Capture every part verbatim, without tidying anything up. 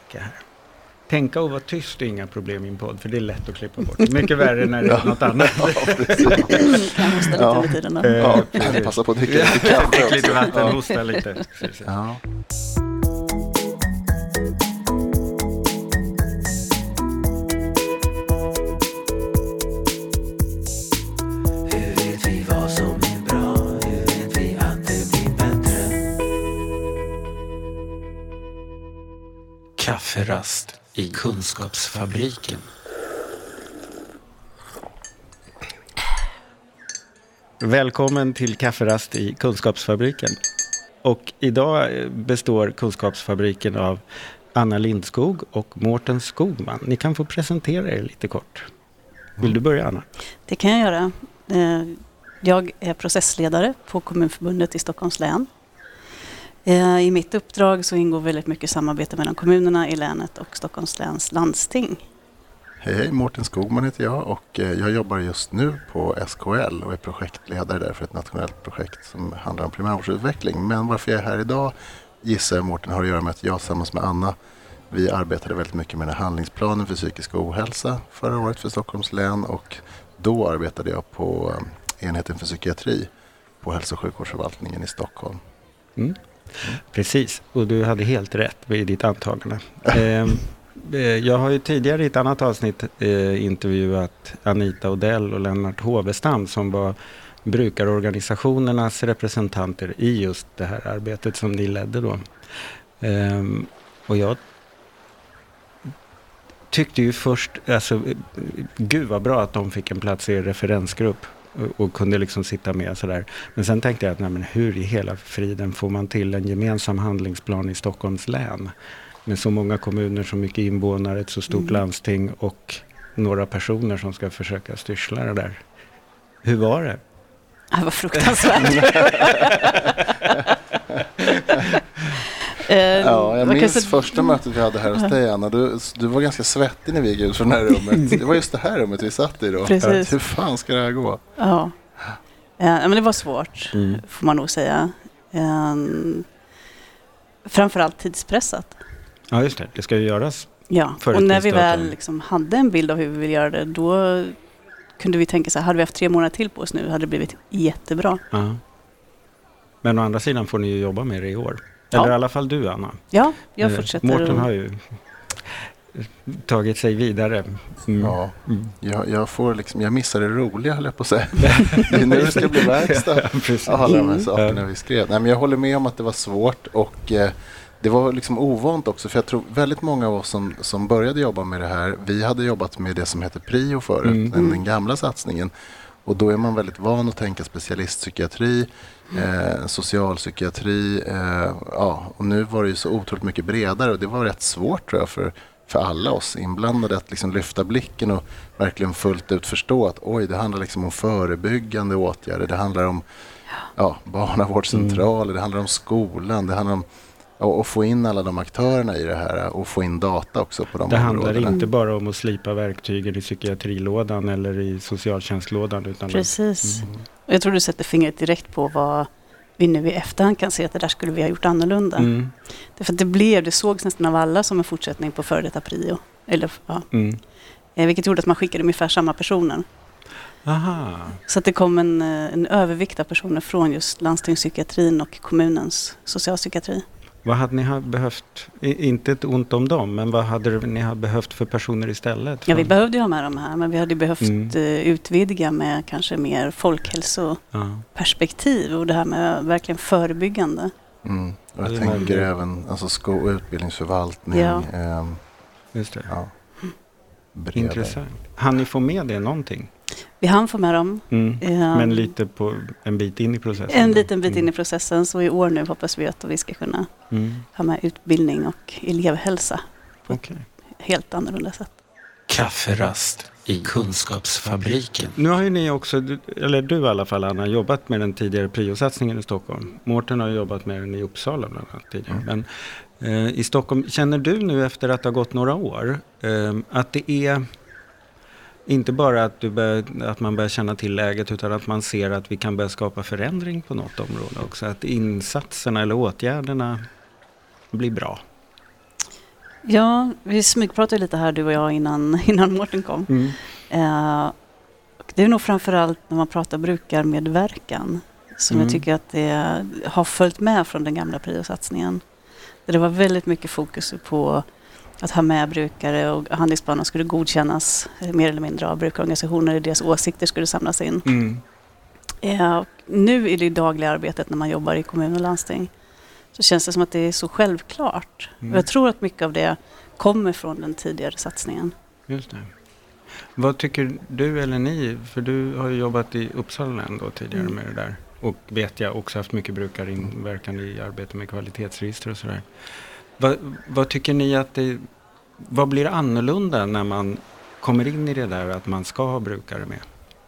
snacka här. Tänka och vara tyst är inga problem i en podd, för det är lätt att klippa bort. Mycket värre när det är något annat. Ja, kan hosta lite ja. över tiden då. Ja, passa på att dricka lite kaffe. Drick lite vatten, hosta lite. Ja. Kafferast i Kunskapsfabriken. Välkommen till Kafferast i Kunskapsfabriken. Och idag består Kunskapsfabriken av Anna Lindskog och Mårten Skogman. Ni kan få presentera er lite kort. Vill du börja, Anna? Det kan jag göra. Jag är processledare på Kommunförbundet i Stockholms län. I mitt uppdrag så ingår väldigt mycket samarbete mellan kommunerna i länet och Stockholms läns landsting. Hej, hej, Mårten Skogman heter jag och jag jobbar just nu på S K L och är projektledare där för ett nationellt projekt som handlar om primärvårdsutveckling. Men varför jag är här idag gissar jag, Mårten, har att göra med att jag tillsammans med Anna, vi arbetade väldigt mycket med den här handlingsplanen för psykisk ohälsa förra året för Stockholms län, och då arbetade jag på enheten för psykiatri på hälso- och sjukvårdsförvaltningen i Stockholm. Mm. Precis, och du hade helt rätt i ditt antagande. eh, jag har ju tidigare i ett annat avsnitt eh, intervjuat Anita Odell och Lennart Hovestam som var brukarorganisationernas representanter i just det här arbetet som ni ledde då. Eh, och jag tyckte ju först, alltså gud vad bra att de fick en plats i referensgrupp och kunde liksom sitta med sådär. Men sen tänkte jag att nej, men hur i hela friden får man till en gemensam handlingsplan i Stockholms län med så många kommuner, så mycket invånare, ett så stort mm. landsting och några personer som ska försöka styrsla det där. Hur var det? Det var fruktansvärt. Ja, jag minns säga... första mötet vi hade här hos dig, Anna. Du, du var ganska svettig när vi gick ut från det här rummet. Det var just det här rummet vi satt i då. Precis. Hur fan ska det här gå? Ja, ja men det var svårt, mm. får man nog säga. Um, framförallt tidspressat. Ja, just det. Det ska ju göras. Ja, och när vi väl liksom hade en bild av hur vi vill göra det, då kunde vi tänka så här, hade vi haft tre månader till på oss nu hade det blivit jättebra. Ja. Men å andra sidan får ni ju jobba med det i år. Eller ja. I alla fall du, Anna. Ja, jag fortsätter. Mårten och... har ju tagit sig vidare. Mm. Ja, mm. jag, jag, får liksom, jag missar det roliga, höll jag på att säga. Det är nu det ska bli verkstad. Ja, alla de här sakerna vi skrev. Nej, men jag håller med om att det var svårt och eh, det var liksom ovant också. För jag tror väldigt många av oss som, som började jobba med det här, vi hade jobbat med det som heter Prio förut, mm. den, den gamla satsningen. Och då är man väldigt van att tänka specialistpsykiatri, eh, socialpsykiatri. Eh, ja, och nu var det ju så otroligt mycket bredare och det var rätt svårt tror jag för, för alla oss inblandade att liksom lyfta blicken och verkligen fullt ut förstå att oj, det handlar liksom om förebyggande åtgärder. Det handlar om ja, barnavårdscentraler, mm. det handlar om skolan, det handlar om och få in alla de aktörerna i det här och få in data också på de Det områdena. handlar inte bara om att slipa verktygen i psykiatrilådan eller i socialtjänstlådan. Utan Precis. Mm. Och jag tror du sätter fingret direkt på vad vi nu i efterhand kan se att det där skulle vi ha gjort annorlunda. Mm. Därför att det blev, det sågs nästan av alla som en fortsättning på före detta Prio. Eller, ja. mm. eh, vilket gjorde att man skickade ungefär samma personer. Aha. Så att det kom en, en övervikt av personer från just landstingspsykiatrin och kommunens socialpsykiatri. Vad hade ni behövt, inte ett ont om dem, men vad hade ni behövt för personer istället? Ja, vi behövde ju ha med de här, men vi hade behövt mm. utvidga med kanske mer folkhälsoperspektiv och det här med verkligen förebyggande. Mm. Och jag tänker även alltså sko- och utbildningsförvaltning. Ja. Eh, Just det. Ja. Intressant. Han ni få med det någonting? Vi hann få med dem. Mm. Um, men lite på en bit in i processen? En liten bit mm. in i processen. Så i år nu hoppas vi att vi ska kunna mm. ha med utbildning och elevhälsa på okay. ett helt annorlunda sätt. Kafferast i Kunskapsfabriken. Nu har ju ni också, eller du i alla fall Anna, jobbat med den tidigare Prio-satsningen i Stockholm. Mårten har jobbat med den i Uppsala bland annat tidigare. Mm. Men eh, i Stockholm, känner du nu efter att det har gått några år eh, att det är inte bara att, du bör, att man börjar känna till läget utan att man ser att vi kan börja skapa förändring på något område också? Att insatserna eller åtgärderna blir bra? Ja, vi smygpratade lite här du och jag innan, innan Mårten kom. Mm. Eh, det är nog framförallt när man pratar brukarmedverkan som mm. jag tycker att det har följt med från den gamla Prio-satsningen. Det var väldigt mycket fokus på att ha med brukare och handlingsplanen skulle godkännas mer eller mindre av brukarorganisationer. Deras åsikter skulle samlas in. Mm. Eh, nu i det dagliga arbetet när man jobbar i kommun och landsting så känns det som att det är så självklart. Mm. Och jag tror att mycket av det kommer från den tidigare satsningen. Just det. Vad tycker du eller ni, för du har ju jobbat i Uppsala län då tidigare mm. med det där. Och vet jag också haft mycket brukarinverkan i arbete med kvalitetsregister och sådär. Vad, vad tycker ni att det, vad blir annorlunda när man kommer in i det där att man ska ha brukare med?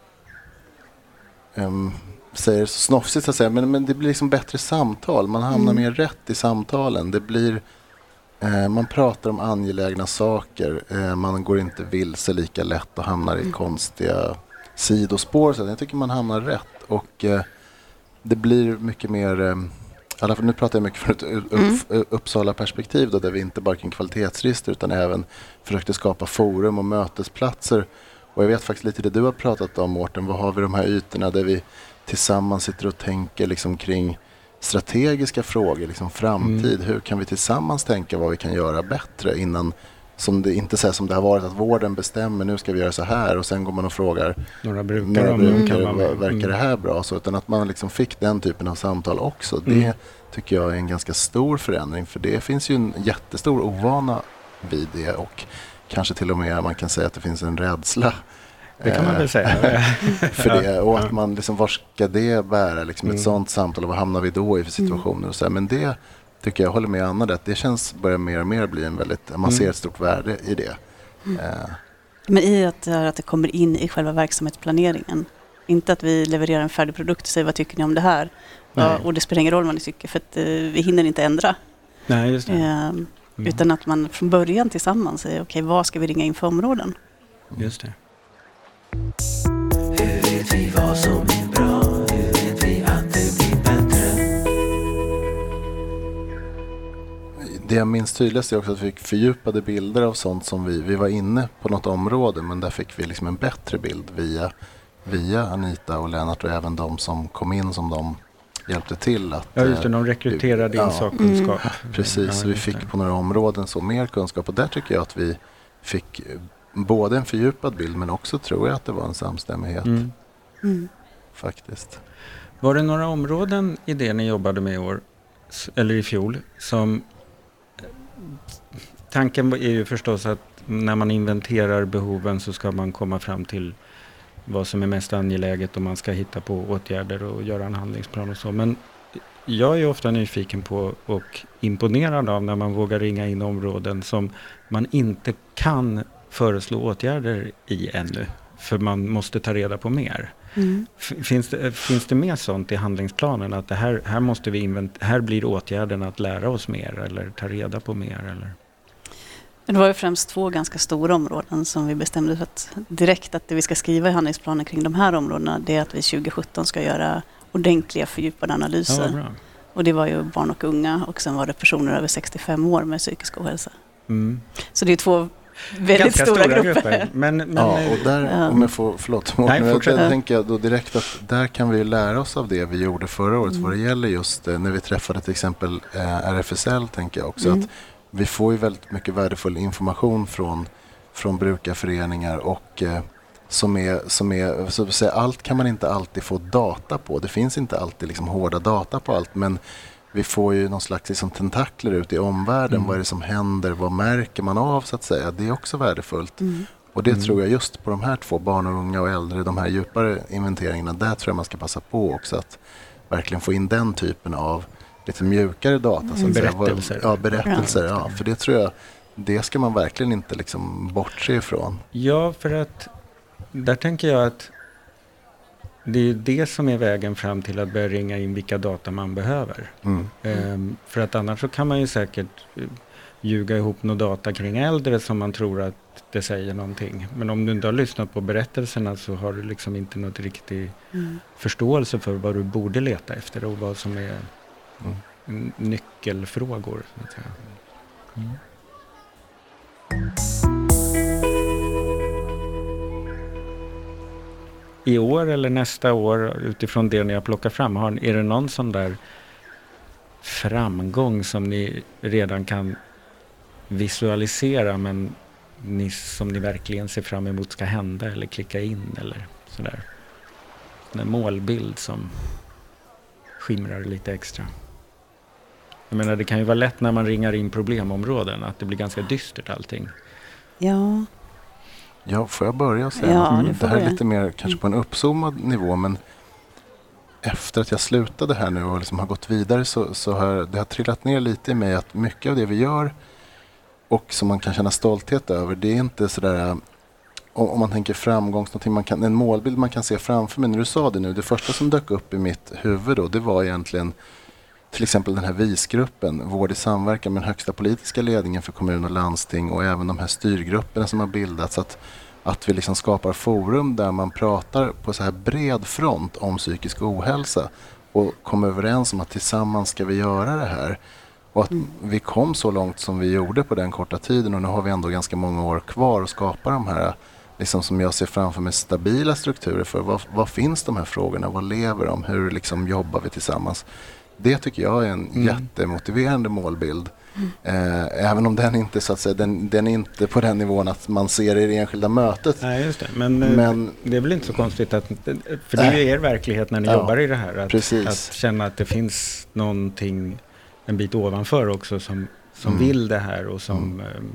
Um, säger så snofsigt att säga, men, men det blir liksom bättre samtal. Man hamnar mm. mer rätt i samtalen. Det blir, eh, man pratar om angelägna saker. Eh, man går inte vilse lika lätt och hamnar i mm. konstiga sidospår. Så jag tycker man hamnar rätt. Och eh, det blir mycket mer... Eh, alla, nu pratar jag mycket från ett upp, mm. Uppsala-perspektiv då, där vi inte bara kring kvalitetsregister utan även försökte skapa forum och mötesplatser. Och jag vet faktiskt lite det du har pratat om, Mårten. Vad har vi de här ytorna där vi tillsammans sitter och tänker liksom kring strategiska frågor, liksom framtid. Mm. Hur kan vi tillsammans tänka vad vi kan göra bättre innan, som det inte säger som det har varit att vården bestämmer, nu ska vi göra så här och sen går man och frågar några brukare, några brukare mm. vad, verkar mm. det här bra? Så, utan att man liksom fick den typen av samtal också. Mm. Det tycker jag är en ganska stor förändring, för det finns ju en jättestor ovana vid det och kanske till och med man kan säga att det finns en rädsla. Det kan man väl säga. för det, och att man liksom, var ska det bära liksom, mm. ett sånt samtal och vad hamnar vi då i för situationer mm. och så här. Men det tycker jag håller med Anna, att det känns börjar mer och mer bli en väldigt, man mm. ser ett stort värde i det. Mm. Uh. Men i att, att det kommer in i själva verksamhetsplaneringen. Inte att vi levererar en färdig produkt och säger vad tycker ni om det här? Ja, och det spelar ingen roll vad ni tycker för att uh, vi hinner inte ändra. Nej, just det. Uh, mm. Utan att man från början tillsammans säger okej, okay, vad ska vi ringa in för områden? Mm. Just det. Hur vet vi vad som är bra? Hur vet vi att det blir bättre? Det jag minns tydligast är också att vi fick fördjupade bilder av sånt som vi, vi var inne på något område, men där fick vi liksom en bättre bild via, via Anita och Lennart och även de som kom in som de hjälpte till att... Ja, just det, de rekryterade in ja, sakkunskap. Mm. Precis, ja, vi fick på några områden så mer kunskap och där tycker jag att vi fick både en fördjupad bild men också tror jag att det var en samstämmighet. Mm. Mm. Faktiskt. Var det några områden i det ni jobbade med i år, eller i fjol, som tanken är ju förstås att när man inventerar behoven så ska man komma fram till vad som är mest angeläget och man ska hitta på åtgärder och göra en handlingsplan och så. Men jag är ofta nyfiken på och imponerad av när man vågar ringa in områden som man inte kan föreslå åtgärder i ännu. För man måste ta reda på mer. Mm. Finns det, finns det mer sånt i handlingsplanen? Att det här, här, måste vi invent- här blir åtgärden att lära oss mer eller ta reda på mer? Eller? Det var ju främst två ganska stora områden som vi bestämde för att direkt att det vi ska skriva i handlingsplanen kring de här områdena, det är att vi tjugo sjutton ska göra ordentliga fördjupade analyser. Ja, och det var ju barn och unga och sen var det personer över sextiofem år med psykisk ohälsa. Mm. Så det är två väldigt ganska stora, stora grupper. grupper. Men, men, ja, och där, om jag får, förlåt, Nej, men jag tänker jag då direkt att där kan vi lära oss av det vi gjorde förra året mm. vad det gäller just när vi träffade till exempel eh, R F S L, tänker jag också mm. att vi får ju väldigt mycket värdefull information från, från brukarföreningar och eh, som är, som är så att säga, allt kan man inte alltid få data på. Det finns inte alltid liksom hårda data på allt, men vi får ju någon slags liksom tentakler ut i omvärlden. Mm. Vad är det som händer? Vad märker man av så att säga? Det är också värdefullt. Mm. Och det mm. tror jag just på de här två, barn och unga och äldre, de här djupare inventeringarna, där tror jag man ska passa på också att verkligen få in den typen av lite mjukare data. Så att berättelser. Säga. Ja, berättelser. Ja. För det tror jag, det ska man verkligen inte liksom bortse ifrån. Ja, för att där tänker jag att det är det som är vägen fram till att börja ringa in vilka data man behöver. Mm. Ehm, för att annars så kan man ju säkert ljuga ihop några data kring äldre som man tror att det säger någonting. Men om du inte har lyssnat på berättelserna så har du liksom inte något riktig mm. förståelse för vad du borde leta efter och vad som är mm. nyckelfrågor. Så att säga. Mm. i år eller nästa år utifrån det ni har plockat fram, har, är det någon sån där framgång som ni redan kan visualisera men ni, som ni verkligen ser fram emot ska hända eller klicka in eller sådär? En målbild som skimrar lite extra. Jag menar, det kan ju vara lätt när man ringar in problemområden att det blir ganska dystert allting. Ja. Ja, får jag börja och säga? Ja, mm, det här är börja. lite mer kanske på en uppzoomad nivå, men efter att jag slutade här nu och liksom har gått vidare så, så har det har trillat ner lite i mig att mycket av det vi gör och som man kan känna stolthet över, det är inte sådär, om, om man tänker framgångs, någonting man kan, en målbild man kan se framför mig. När du sa det nu, det första som dök upp i mitt huvud då, det var egentligen till exempel den här V I S-gruppen, vård i samverkan med den högsta politiska ledningen för kommun och landsting och även de här styrgrupperna som har bildats, att, att vi liksom skapar forum där man pratar på så här bred front om psykisk ohälsa och kommer överens om att tillsammans ska vi göra det här. Och att vi kom så långt som vi gjorde på den korta tiden, och nu har vi ändå ganska många år kvar att skapa de här, liksom som jag ser framför mig, stabila strukturer för vad, vad finns de här frågorna, vad lever de, hur liksom jobbar vi tillsammans. Det tycker jag är en mm. jättemotiverande målbild. Mm. Eh, även om den inte så att säga, den, den är inte på den nivån att man ser det i det enskilda mötet. Nej, just det. Men, Men det är väl inte så konstigt att, för det är ju er verklighet när ni ja, jobbar i det här. Att, att känna att det finns någonting en bit ovanför också som, som mm. vill det här och som mm. um,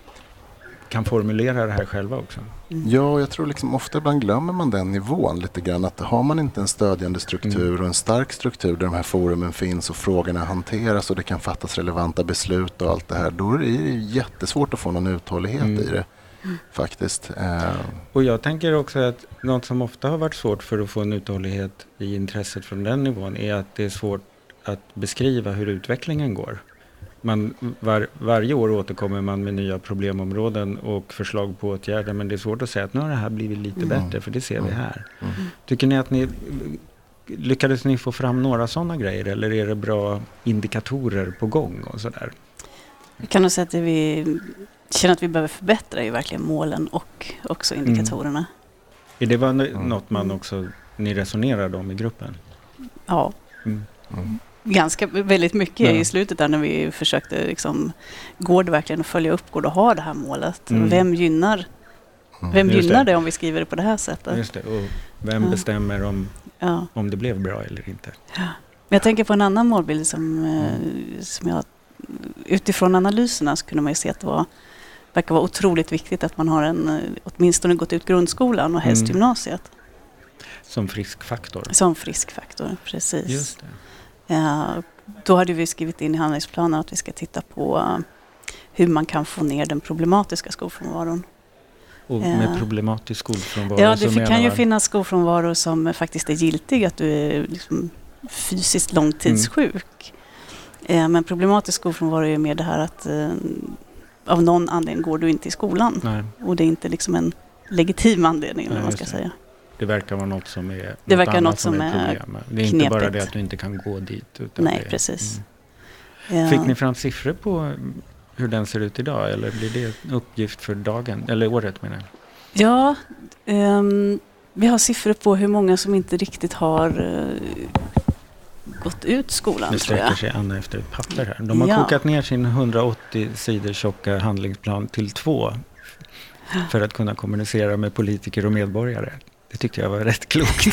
kan formulera det här själva också. Mm. Ja, jag tror liksom ofta ibland glömmer man den nivån lite grann. Att har man inte en stödjande struktur mm. och en stark struktur där de här forumen finns och frågorna hanteras och det kan fattas relevanta beslut och allt det här, då är det jättesvårt att få någon uthållighet mm. i det. Mm. Faktiskt. Uh. Och jag tänker också att något som ofta har varit svårt för att få en uthållighet i intresset från den nivån är att det är svårt att beskriva hur utvecklingen går. Man, var, varje år återkommer man med nya problemområden och förslag på åtgärder, men det är svårt att säga att nu har det här blivit lite mm. bättre, för det ser vi här. Mm. Tycker ni att ni lyckades ni få fram några sådana grejer, eller är det bra indikatorer på gång och sådär? Jag kan nog säga att det vi känner att vi behöver förbättra är verkligen målen och också indikatorerna. Mm. Är det var n- något man också ni resonerade om i gruppen? Ja. Mm. Mm. Ganska väldigt mycket ja. I slutet där när vi försökte liksom, går det verkligen att följa upp, går det att ha det här målet? Mm. Vem gynnar, vem Just gynnar det. det om vi skriver det på det här sättet? Just det. Och vem ja. bestämmer om, ja. om det blev bra eller inte? Ja. Men jag tänker på en annan målbild som, mm. som jag, utifrån analyserna så kunde man ju se att det var, verkar vara otroligt viktigt att man har en, åtminstone gått ut grundskolan och helst mm. gymnasiet. Som friskfaktor? Som friskfaktor, precis. Just det. Ja, då hade vi skrivit in i handlingsplanen att vi ska titta på uh, hur man kan få ner den problematiska skolfrånvaron. Och med uh, problematisk skolfrånvaro? Ja, det kan ju finnas skolfrånvaro som faktiskt är giltig, att du är liksom fysiskt långtidssjuk. Mm. Uh, men problematisk skolfrånvaro är ju mer det här att uh, av någon anledning går du inte i skolan. Nej. Och det är inte liksom en legitim anledning, eller Nej, man ska säga. Det verkar vara något som är något det verkar annat något som, som är är problem. Det är knepigt. Inte bara det att du inte kan gå dit. Utan Nej, det, precis. Mm. Ja. Fick ni fram siffror på hur den ser ut idag? Eller blir det en uppgift för dagen? Eller året menar jag? Ja, um, vi har siffror på hur många som inte riktigt har uh, gått ut skolan. Nu sträcker sig Anna efter ett papper här. De har ja. kokat ner sin hundraåttio sidor tjocka handlingsplan till två för att kunna kommunicera med politiker och medborgare. Det tyckte jag var rätt klokt.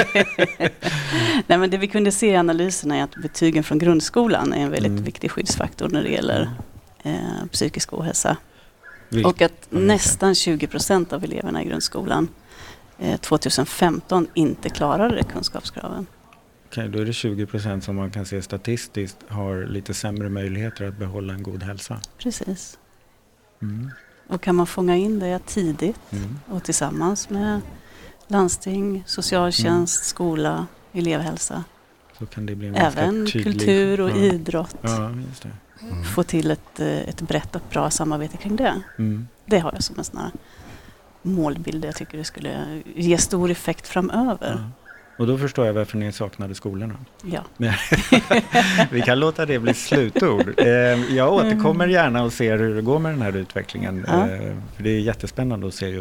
Nej, men det vi kunde se i analyserna är att betygen från grundskolan är en väldigt mm. viktig skyddsfaktor när det gäller eh, psykisk ohälsa. Vilk- och att mm. nästan tjugo procent av eleverna i grundskolan eh, tjugohundrafemton inte klarade kunskapskraven. Okej, då är det tjugo procent som man kan se statistiskt har lite sämre möjligheter att behålla en god hälsa. Precis. Mm. Och kan man fånga in det tidigt mm. och tillsammans med landsting, socialtjänst, mm. skola, elevhälsa. Så kan det bli en även tydlig, kultur och ja. idrott. Ja, just det. Mm. Få till ett, ett brett och bra samarbete kring det. Mm. Det har jag som en sån här målbild. Jag tycker det skulle ge stor effekt framöver. Ja. Och då förstår jag varför ni saknade skolorna. Ja. Vi kan låta det bli slutord. Jag återkommer gärna och ser hur det går med den här utvecklingen. Ja. För det är jättespännande att se just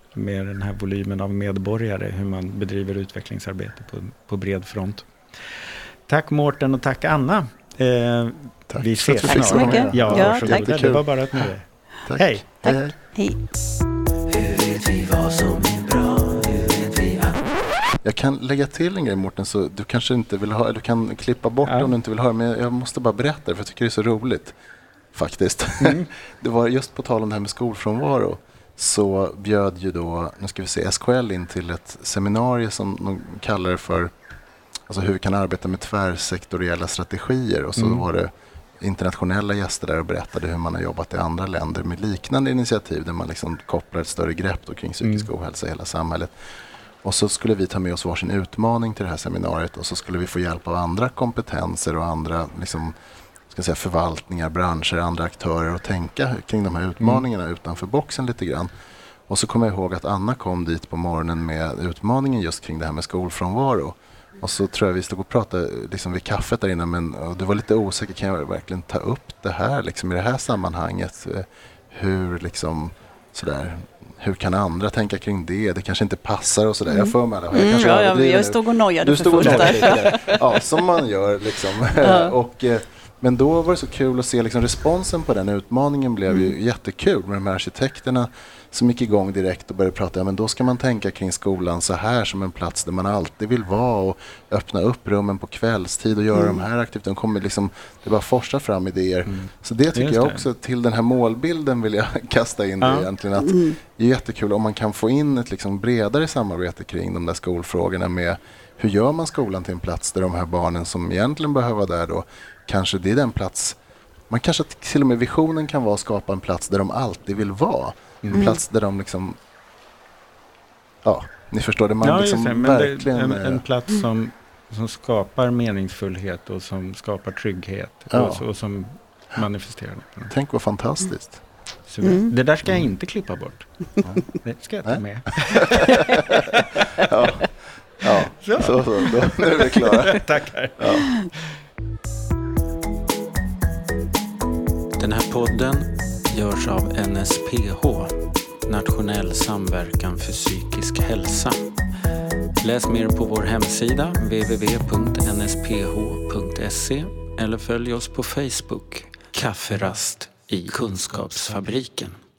med den här volymen av medborgare, hur man bedriver utvecklingsarbete på, på bred front. Tack Mårten och tack Anna. Eh, tack. Vi ses. Tack så mycket. Ja, ja tack. Det var bara ett nöje. Hej. Tack. Hej. Hej. Hur vet vi vad som är bra? Hur vet vi att... Jag kan lägga till en grej, Mårten, så du kanske inte vill ha, du kan klippa bort ja. om du inte vill höra, men jag måste bara berätta det, för jag tycker det är så roligt faktiskt. Mm. Det var just på tal om det här med skolfrånvaro, så bjöd ju då, nu ska vi se, S K L in till ett seminarium som de kallar det för, alltså hur vi kan arbeta med tvärsektoriella strategier, och så mm. var det internationella gäster där och berättade hur man har jobbat i andra länder med liknande initiativ där man liksom kopplar ett större grepp då kring psykisk mm. ohälsa i hela samhället. Och så skulle vi ta med oss varsin utmaning till det här seminariet, och så skulle vi få hjälp av andra kompetenser och andra liksom, ska säga, förvaltningar, branscher, andra aktörer att tänka kring de här utmaningarna mm. utanför boxen lite grann. Och så kommer jag ihåg att Anna kom dit på morgonen med utmaningen just kring det här med skolfrånvaro. Och så tror jag vi stod och pratade liksom vid kaffet där inne, men du var lite osäker, kan jag verkligen ta upp det här liksom, i det här sammanhanget? Hur liksom sådär, hur kan andra tänka kring det? Det kanske inte passar och sådär. Mm. Jag för mig jag, mm, ja, jag, jag stod och nojade för fullt där. Ja, som man gör liksom. Ja. och, men då var det så kul att se liksom, responsen på den utmaningen blev mm. ju jättekul med de här arkitekterna som gick igång direkt och började prata. Ja, men då ska man tänka kring skolan så här som en plats där man alltid vill vara, och öppna upp rummen på kvällstid och göra mm. de här aktiviteterna. De kommer liksom, det bara forsar fram idéer. Mm. Så det tycker Just jag också, det. Till den här målbilden vill jag kasta in ja. det egentligen. Att mm. det är jättekul om man kan få in ett liksom bredare samarbete kring de där skolfrågorna med hur gör man skolan till en plats där de här barnen som egentligen behöver där då, kanske det är den plats, man kanske till och med visionen kan vara att skapa en plats där de alltid vill vara. Mm. En plats där de liksom, ja, ni förstår det, man ja, liksom det, verkligen... En, en plats som, som skapar meningsfullhet och som skapar trygghet ja. och, och som manifesterar det. Tänk vad fantastiskt. Så mm. Det där ska jag inte klippa bort. Ja. Det ska jag ta Nej. med. ja, ja. Så. Så, så, då, nu är vi klara. Tackar. Ja. Den här podden görs av N S P H, Nationell samverkan för psykisk hälsa. Läs mer på vår hemsida w w w punkt n s p h punkt s e eller följ oss på Facebook, Kafferast i Kunskapsfabriken.